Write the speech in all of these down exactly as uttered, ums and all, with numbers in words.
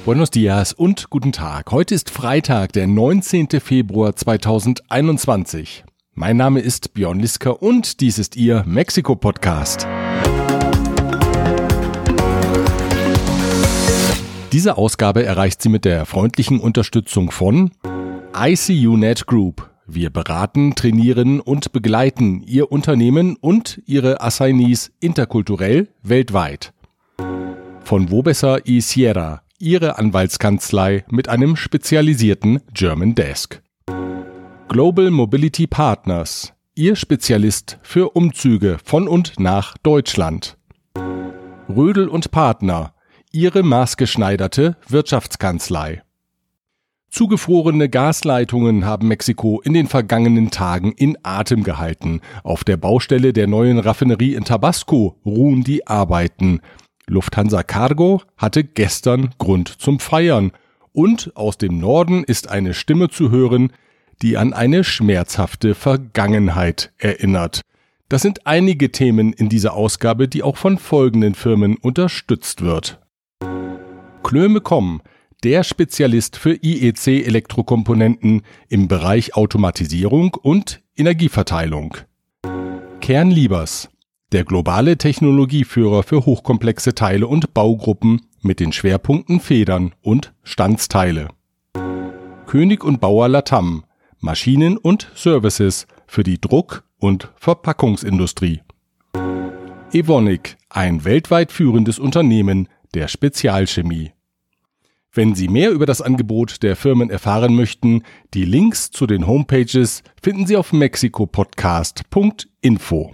Buenos dias und guten Tag. Heute ist Freitag, der neunzehnten Februar zweitausendeinundzwanzig. Mein Name ist Björn Liska und dies ist Ihr Mexiko-Podcast. Diese Ausgabe erreicht Sie mit der freundlichen Unterstützung von I C U Net Group. Wir beraten, trainieren und begleiten Ihr Unternehmen und Ihre Assignees interkulturell weltweit. Von Wobesser y Sierra, Ihre Anwaltskanzlei mit einem spezialisierten German Desk. Global Mobility Partners, Ihr Spezialist für Umzüge von und nach Deutschland. Rödel und Partner, Ihre maßgeschneiderte Wirtschaftskanzlei. Zugefrorene Gasleitungen haben Mexiko in den vergangenen Tagen in Atem gehalten. Auf der Baustelle der neuen Raffinerie in Tabasco ruhen die Arbeiten. Lufthansa Cargo hatte gestern Grund zum Feiern. Und aus dem Norden ist eine Stimme zu hören, die an eine schmerzhafte Vergangenheit erinnert. Das sind einige Themen in dieser Ausgabe, die auch von folgenden Firmen unterstützt wird. Klöme.com, der Spezialist für I E C-Elektrokomponenten im Bereich Automatisierung und Energieverteilung. Kernliebers, der globale Technologieführer für hochkomplexe Teile und Baugruppen mit den Schwerpunkten Federn und Standsteile. König und Bauer Latam, Maschinen und Services für die Druck- und Verpackungsindustrie. Evonik, ein weltweit führendes Unternehmen der Spezialchemie. Wenn Sie mehr über das Angebot der Firmen erfahren möchten, die Links zu den Homepages finden Sie auf mexikopodcast punkt info.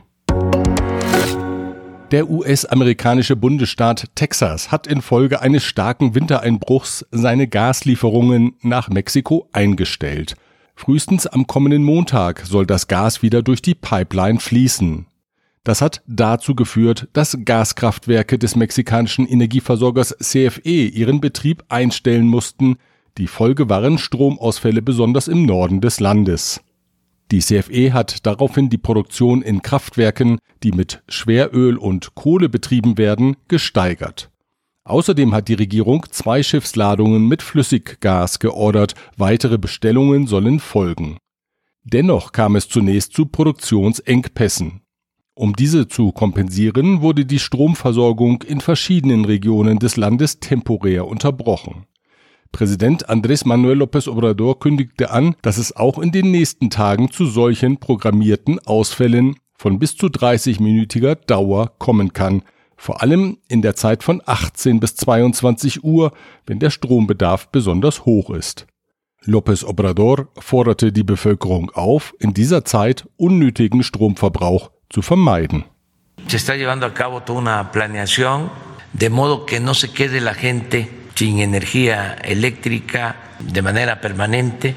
Der U S-amerikanische Bundesstaat Texas hat infolge eines starken Wintereinbruchs seine Gaslieferungen nach Mexiko eingestellt. Frühestens am kommenden Montag soll das Gas wieder durch die Pipeline fließen. Das hat dazu geführt, dass Gaskraftwerke des mexikanischen Energieversorgers C F E ihren Betrieb einstellen mussten. Die Folge waren Stromausfälle besonders im Norden des Landes. Die C F E hat daraufhin die Produktion in Kraftwerken, die mit Schweröl und Kohle betrieben werden, gesteigert. Außerdem hat die Regierung zwei Schiffsladungen mit Flüssiggas geordert, weitere Bestellungen sollen folgen. Dennoch kam es zunächst zu Produktionsengpässen. Um diese zu kompensieren, wurde die Stromversorgung in verschiedenen Regionen des Landes temporär unterbrochen. Präsident Andrés Manuel López Obrador kündigte an, dass es auch in den nächsten Tagen zu solchen programmierten Ausfällen von bis zu dreißigminütiger Dauer kommen kann, vor allem in der Zeit von achtzehn bis zweiundzwanzig Uhr, wenn der Strombedarf besonders hoch ist. López Obrador forderte die Bevölkerung auf, in dieser Zeit unnötigen Stromverbrauch zu vermeiden. Se está llevando a cabo toda una planeación, de modo que no se quede la gente sin energía eléctrica de manera permanente,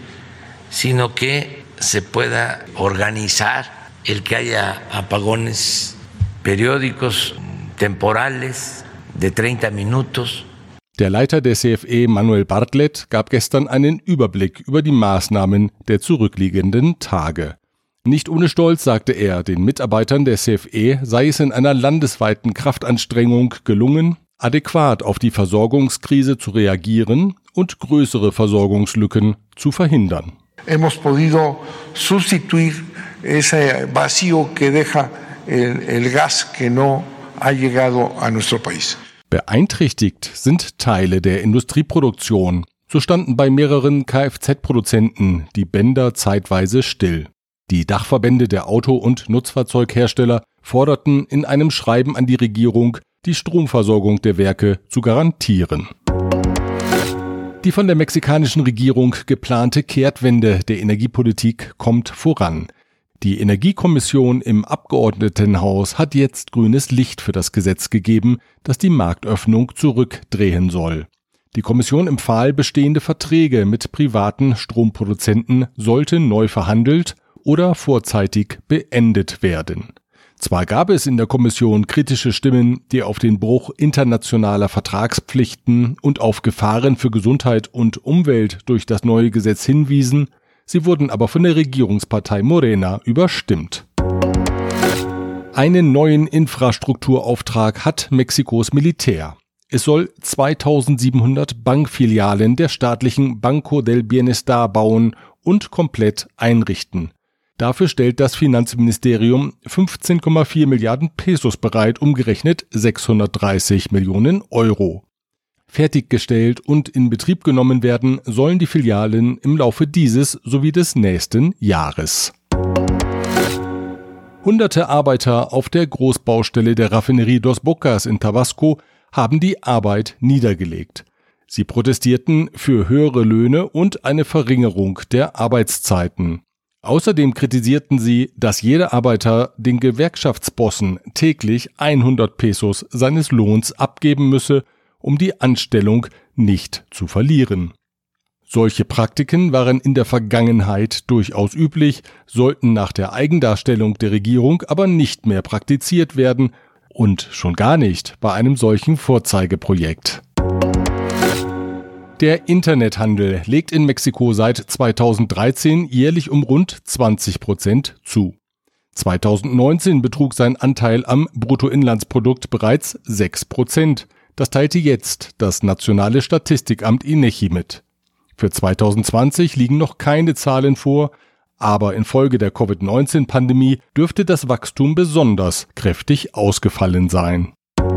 sino que se pueda organizar el que haya apagones periódicos, temporales, de treinta minutos. Der Leiter der C F E, Manuel Bartlett, gab gestern einen Überblick über die Maßnahmen der zurückliegenden Tage. Nicht ohne Stolz sagte er, den Mitarbeitern der C F E sei es in einer landesweiten Kraftanstrengung gelungen, adäquat auf die Versorgungskrise zu reagieren und größere Versorgungslücken zu verhindern. Hemos podido sustituir ese vacío que deja el, el gas que no ha llegado a nuestro país. Beeinträchtigt sind Teile der Industrieproduktion. So standen bei mehreren Kfz-Produzenten die Bänder zeitweise still. Die Dachverbände der Auto- und Nutzfahrzeughersteller forderten in einem Schreiben an die Regierung, die Stromversorgung der Werke zu garantieren. Die von der mexikanischen Regierung geplante Kehrtwende der Energiepolitik kommt voran. Die Energiekommission im Abgeordnetenhaus hat jetzt grünes Licht für das Gesetz gegeben, das die Marktöffnung zurückdrehen soll. Die Kommission empfahl, bestehende Verträge mit privaten Stromproduzenten sollten neu verhandelt oder vorzeitig beendet werden. Zwar gab es in der Kommission kritische Stimmen, die auf den Bruch internationaler Vertragspflichten und auf Gefahren für Gesundheit und Umwelt durch das neue Gesetz hinwiesen, sie wurden aber von der Regierungspartei Morena überstimmt. Einen neuen Infrastrukturauftrag hat Mexikos Militär. Es soll zweitausendsiebenhundert Bankfilialen der staatlichen Banco del Bienestar bauen und komplett einrichten. Dafür stellt das Finanzministerium fünfzehn Komma vier Milliarden Pesos bereit, umgerechnet sechshundertdreißig Millionen Euro. Fertiggestellt und in Betrieb genommen werden sollen die Filialen im Laufe dieses sowie des nächsten Jahres. Hunderte Arbeiter auf der Großbaustelle der Raffinerie Dos Bocas in Tabasco haben die Arbeit niedergelegt. Sie protestierten für höhere Löhne und eine Verringerung der Arbeitszeiten. Außerdem kritisierten sie, dass jeder Arbeiter den Gewerkschaftsbossen täglich hundert Pesos seines Lohns abgeben müsse, um die Anstellung nicht zu verlieren. Solche Praktiken waren in der Vergangenheit durchaus üblich, sollten nach der Eigendarstellung der Regierung aber nicht mehr praktiziert werden und schon gar nicht bei einem solchen Vorzeigeprojekt. Der Internethandel legt in Mexiko seit zweitausenddreizehn jährlich um rund zwanzig Prozent zu. zweitausendneunzehn betrug sein Anteil am Bruttoinlandsprodukt bereits sechs Prozent. Das teilte jetzt das nationale Statistikamt INEGI mit. Für zweitausendzwanzig liegen noch keine Zahlen vor, aber infolge der Covid neunzehn Pandemie dürfte das Wachstum besonders kräftig ausgefallen sein.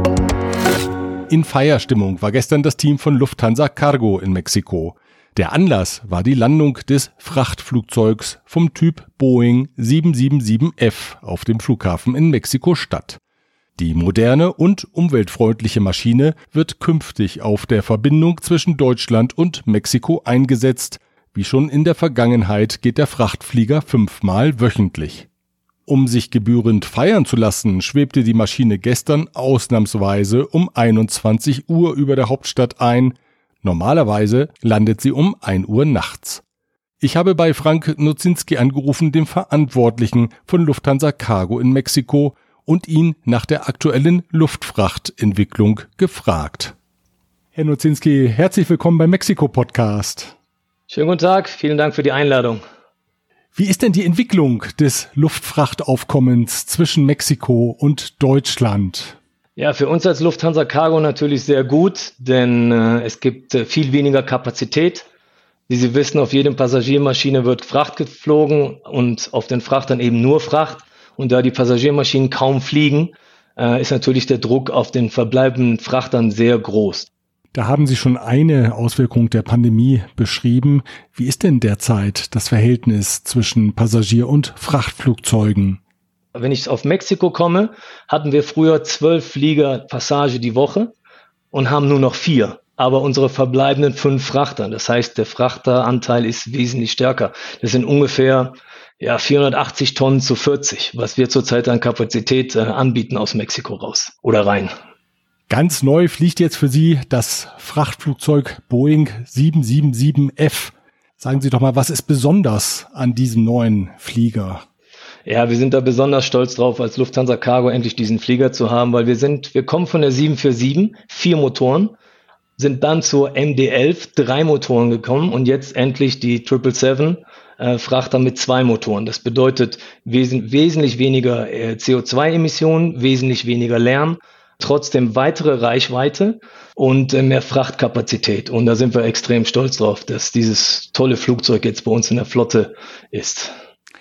In Feierstimmung war gestern das Team von Lufthansa Cargo in Mexiko. Der Anlass war die Landung des Frachtflugzeugs vom Typ Boeing sieben sieben sieben F auf dem Flughafen in Mexiko-Stadt. Die moderne und umweltfreundliche Maschine wird künftig auf der Verbindung zwischen Deutschland und Mexiko eingesetzt. Wie schon in der Vergangenheit geht der Frachtflieger fünfmal wöchentlich. Um sich gebührend feiern zu lassen, schwebte die Maschine gestern ausnahmsweise um einundzwanzig Uhr über der Hauptstadt ein. Normalerweise landet sie um ein Uhr nachts. Ich habe bei Frank Nocinski angerufen, dem Verantwortlichen von Lufthansa Cargo in Mexiko, und ihn nach der aktuellen Luftfrachtentwicklung gefragt. Herr Nocinski, herzlich willkommen beim Mexiko-Podcast. Schönen guten Tag, vielen Dank für die Einladung. Wie ist denn die Entwicklung des Luftfrachtaufkommens zwischen Mexiko und Deutschland? Ja, für uns als Lufthansa Cargo natürlich sehr gut, denn äh, es gibt äh, viel weniger Kapazität. Wie Sie wissen, auf jedem Passagiermaschine wird Fracht geflogen und auf den Frachtern eben nur Fracht. Und da die Passagiermaschinen kaum fliegen, äh, ist natürlich der Druck auf den verbleibenden Frachtern sehr groß. Da haben Sie schon eine Auswirkung der Pandemie beschrieben. Wie ist denn derzeit das Verhältnis zwischen Passagier- und Frachtflugzeugen? Wenn ich auf Mexiko komme, hatten wir früher zwölf Flieger Passage die Woche und haben nur noch vier. Aber unsere verbleibenden fünf Frachter, das heißt, der Frachteranteil ist wesentlich stärker. Das sind ungefähr ja, vierhundertachtzig Tonnen zu vierzig, was wir zurzeit an Kapazität äh, anbieten aus Mexiko raus oder rein. Ganz neu fliegt jetzt für Sie das Frachtflugzeug Boeing sieben sieben sieben F. Sagen Sie doch mal, was ist besonders an diesem neuen Flieger? Ja, wir sind da besonders stolz drauf, als Lufthansa Cargo endlich diesen Flieger zu haben, weil wir sind, wir kommen von der sieben vier sieben, vier Motoren, sind dann zur M D elf, drei Motoren gekommen und jetzt endlich die sieben sieben sieben äh, Frachter mit zwei Motoren. Das bedeutet wes- wesentlich weniger äh, C O zwei Emissionen, wesentlich weniger Lärm, trotzdem weitere Reichweite und äh, mehr Frachtkapazität. Und da sind wir extrem stolz drauf, dass dieses tolle Flugzeug jetzt bei uns in der Flotte ist.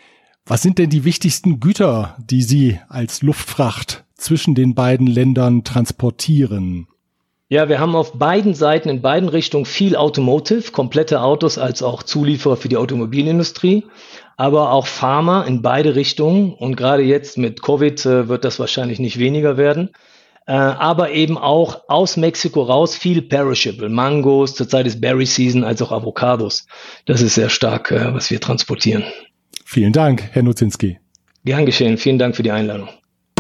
Was sind denn die wichtigsten Güter, die Sie als Luftfracht zwischen den beiden Ländern transportieren? Ja, wir haben auf beiden Seiten, in beiden Richtungen viel Automotive, komplette Autos als auch Zulieferer für die Automobilindustrie, aber auch Pharma in beide Richtungen. Und gerade jetzt mit Covid äh, wird das wahrscheinlich nicht weniger werden. Äh, aber eben auch aus Mexiko raus viel Perishable, Mangos, zurzeit ist Berry Season, als auch Avocados. Das ist sehr stark, äh, was wir transportieren. Vielen Dank, Herr Nocinski. Gern geschehen. Vielen Dank für die Einladung.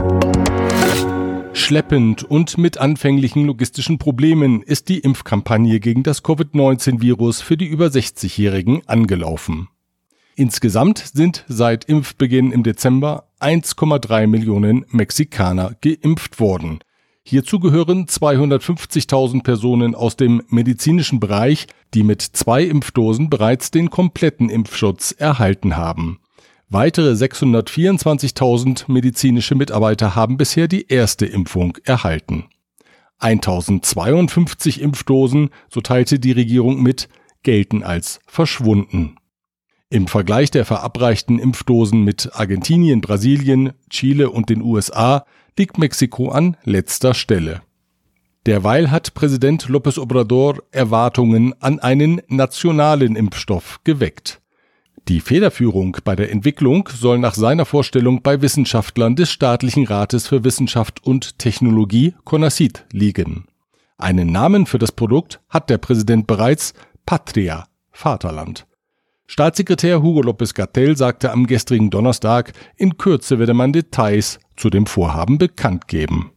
Schleppend und mit anfänglichen logistischen Problemen ist die Impfkampagne gegen das Covid neunzehn Virus für die über sechzigjährigen angelaufen. Insgesamt sind seit Impfbeginn im Dezember eins Komma drei Millionen Mexikaner geimpft worden. Hierzu gehören zweihundertfünfzigtausend Personen aus dem medizinischen Bereich, die mit zwei Impfdosen bereits den kompletten Impfschutz erhalten haben. Weitere sechshundertvierundzwanzigtausend medizinische Mitarbeiter haben bisher die erste Impfung erhalten. tausendzweiundfünfzig Impfdosen, so teilte die Regierung mit, gelten als verschwunden. Im Vergleich der verabreichten Impfdosen mit Argentinien, Brasilien, Chile und den U S A liegt Mexiko an letzter Stelle. Derweil hat Präsident López Obrador Erwartungen an einen nationalen Impfstoff geweckt. Die Federführung bei der Entwicklung soll nach seiner Vorstellung bei Wissenschaftlern des Staatlichen Rates für Wissenschaft und Technologie CONACYT liegen. Einen Namen für das Produkt hat der Präsident bereits: Patria, Vaterland. Staatssekretär Hugo López-Gatell sagte am gestrigen Donnerstag, in Kürze werde man Details zu dem Vorhaben bekannt geben.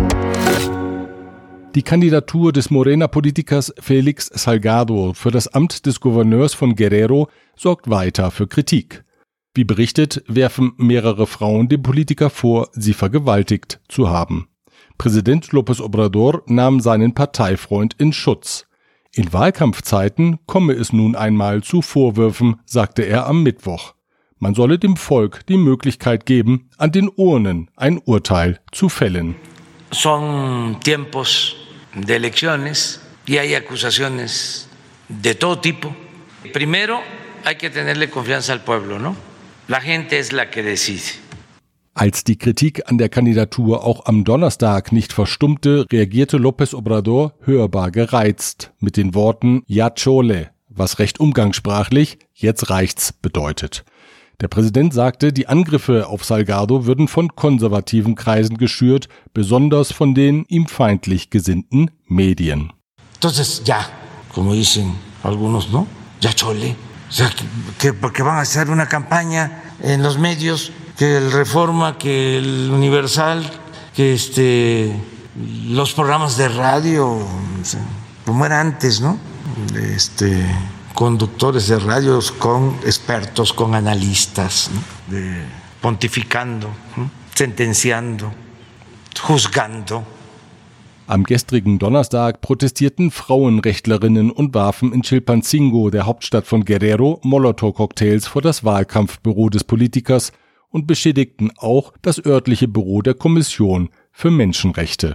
Die Kandidatur des Morena-Politikers Félix Salgado für das Amt des Gouverneurs von Guerrero sorgt weiter für Kritik. Wie berichtet, werfen mehrere Frauen dem Politiker vor, sie vergewaltigt zu haben. Präsident López Obrador nahm seinen Parteifreund in Schutz. In Wahlkampfzeiten komme es nun einmal zu Vorwürfen, sagte er am Mittwoch. Man solle dem Volk die Möglichkeit geben, an den Urnen ein Urteil zu fällen. Son tiempos de elecciones y hay acusaciones de todo tipo. Primero hay que tenerle confianza al pueblo, ¿no? La gente es la que decide. Als die Kritik an der Kandidatur auch am Donnerstag nicht verstummte, reagierte López Obrador hörbar gereizt mit den Worten "Ya chole", was recht umgangssprachlich "jetzt reicht's" bedeutet. Der Präsident sagte, die Angriffe auf Salgado würden von konservativen Kreisen geschürt, besonders von den ihm feindlich gesinnten Medien. Entonces ya, como dicen algunos, ¿no? Ya chole. O sea, que porque van a hacer una campaña en los medios, que el Reforma, que el Universal, que este los programas de radio, o sea, como era antes, ¿no? Este conductores de radios con expertos, con analistas, ¿no? De, pontificando, ¿no? Sentenciando, juzgando. Am gestrigen Donnerstag protestierten Frauenrechtlerinnen und warfen in Chilpancingo, der Hauptstadt von Guerrero, Molotow-Cocktails vor das Wahlkampfbüro des Politikers und beschädigten auch das örtliche Büro der Kommission für Menschenrechte.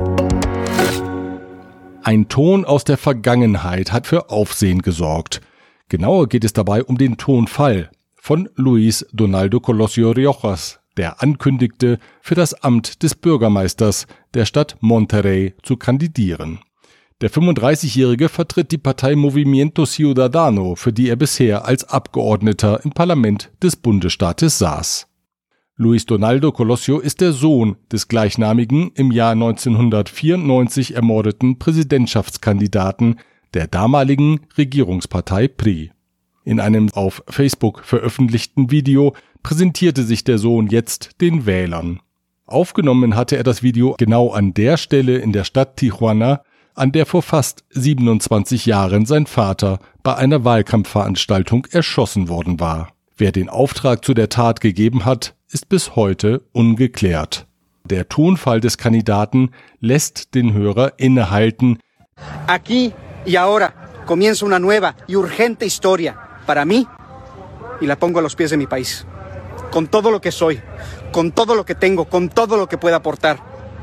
Ein Ton aus der Vergangenheit hat für Aufsehen gesorgt. Genauer geht es dabei um den Tonfall von Luis Donaldo Colosio Riojas, der ankündigte, für das Amt des Bürgermeisters der Stadt Monterrey zu kandidieren. Der fünfunddreißigjährige vertritt die Partei Movimiento Ciudadano, für die er bisher als Abgeordneter im Parlament des Bundesstaates saß. Luis Donaldo Colosio ist der Sohn des gleichnamigen, im Jahr neunzehnhundertvierundneunzig ermordeten Präsidentschaftskandidaten der damaligen Regierungspartei P R I. In einem auf Facebook veröffentlichten Video präsentierte sich der Sohn jetzt den Wählern. Aufgenommen hatte er das Video genau an der Stelle in der Stadt Tijuana, an der vor fast siebenundzwanzig Jahren sein Vater bei einer Wahlkampfveranstaltung erschossen worden war. Wer den Auftrag zu der Tat gegeben hat, ist bis heute ungeklärt. Der Tonfall des Kandidaten lässt den Hörer innehalten. Aquí y ahora comienza una nueva y urgente historia para mí y la pongo a los pies de mi país. Con todo lo que soy, con todo lo que tengo, con todo lo que pueda aportar.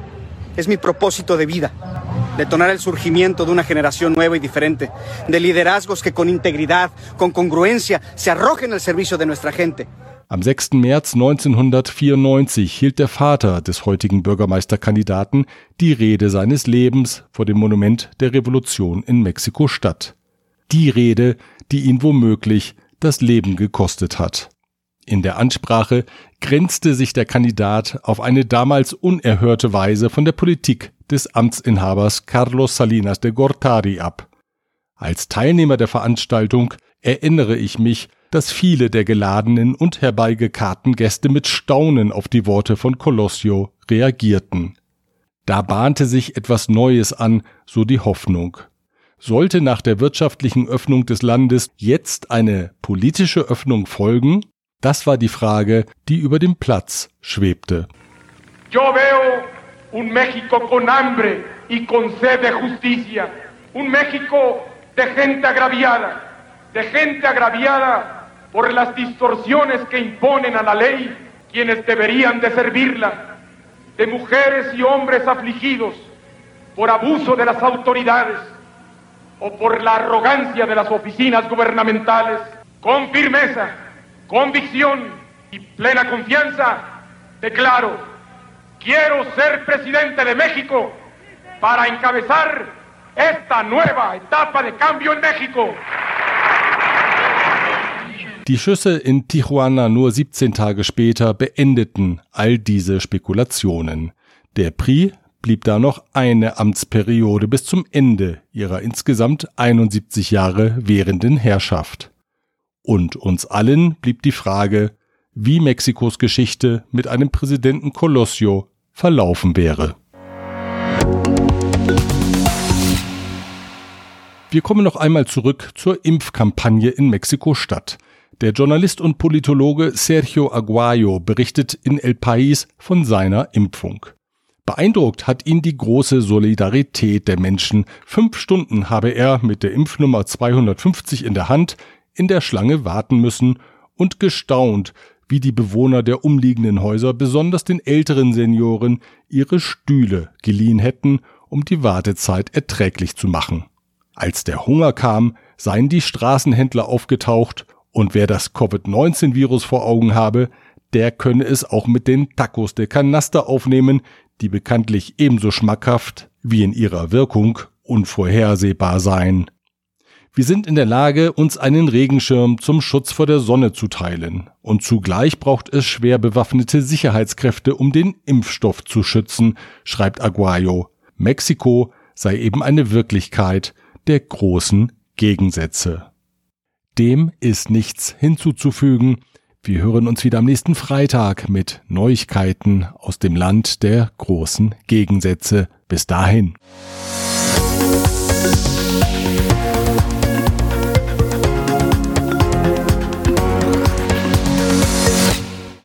Es mi propósito de vida, detonar el surgimiento de una generación nueva y diferente, de liderazgos que con integridad, con congruencia, se arrojen al servicio de nuestra gente. Am sechsten März neunzehnhundertvierundneunzig hielt der Vater des heutigen Bürgermeisterkandidaten die Rede seines Lebens vor dem Monument der Revolution in Mexiko-Stadt. Die Rede, die ihn womöglich das Leben gekostet hat. In der Ansprache grenzte sich der Kandidat auf eine damals unerhörte Weise von der Politik des Amtsinhabers Carlos Salinas de Gortari ab. Als Teilnehmer der Veranstaltung erinnere ich mich, dass viele der geladenen und herbeigekarrten Gäste mit Staunen auf die Worte von Colosio reagierten. Da bahnte sich etwas Neues an, so die Hoffnung. Sollte nach der wirtschaftlichen Öffnung des Landes jetzt eine politische Öffnung folgen? Das war die Frage, die über dem Platz schwebte. Yo veo un México con hambre y con sed de justicia, un México de gente agraviada, de gente agraviada por las distorsiones que imponen a la ley quienes deberían de servirla, de mujeres y hombres afligidos por abuso de las autoridades o por la arrogancia de las oficinas gubernamentales, con firmeza, convicción y plena confianza, declaro, quiero ser presidente de México para encabezar esta nueva etapa de cambio en México. Die Schüsse in Tijuana nur siebzehn Tage später beendeten all diese Spekulationen. Der P R I blieb da noch eine Amtsperiode bis zum Ende ihrer insgesamt einundsiebzig Jahre währenden Herrschaft. Und uns allen blieb die Frage, wie Mexikos Geschichte mit einem Präsidenten Colosio verlaufen wäre. Wir kommen noch einmal zurück zur Impfkampagne in Mexiko-Stadt. Der Journalist und Politologe Sergio Aguayo berichtet in El País von seiner Impfung. Beeindruckt hat ihn die große Solidarität der Menschen. Fünf Stunden habe er mit der Impfnummer zweihundertfünfzig in der Hand in der Schlange warten müssen und gestaunt, wie die Bewohner der umliegenden Häuser, besonders den älteren Senioren, ihre Stühle geliehen hätten, um die Wartezeit erträglich zu machen. Als der Hunger kam, seien die Straßenhändler aufgetaucht und wer das Covid neunzehn Virus vor Augen habe, der könne es auch mit den Tacos de Canasta aufnehmen, die bekanntlich ebenso schmackhaft wie in ihrer Wirkung unvorhersehbar seien. Wir sind in der Lage, uns einen Regenschirm zum Schutz vor der Sonne zu teilen. Und zugleich braucht es schwer bewaffnete Sicherheitskräfte, um den Impfstoff zu schützen, schreibt Aguayo. Mexiko sei eben eine Wirklichkeit der großen Gegensätze. Dem ist nichts hinzuzufügen. Wir hören uns wieder am nächsten Freitag mit Neuigkeiten aus dem Land der großen Gegensätze. Bis dahin.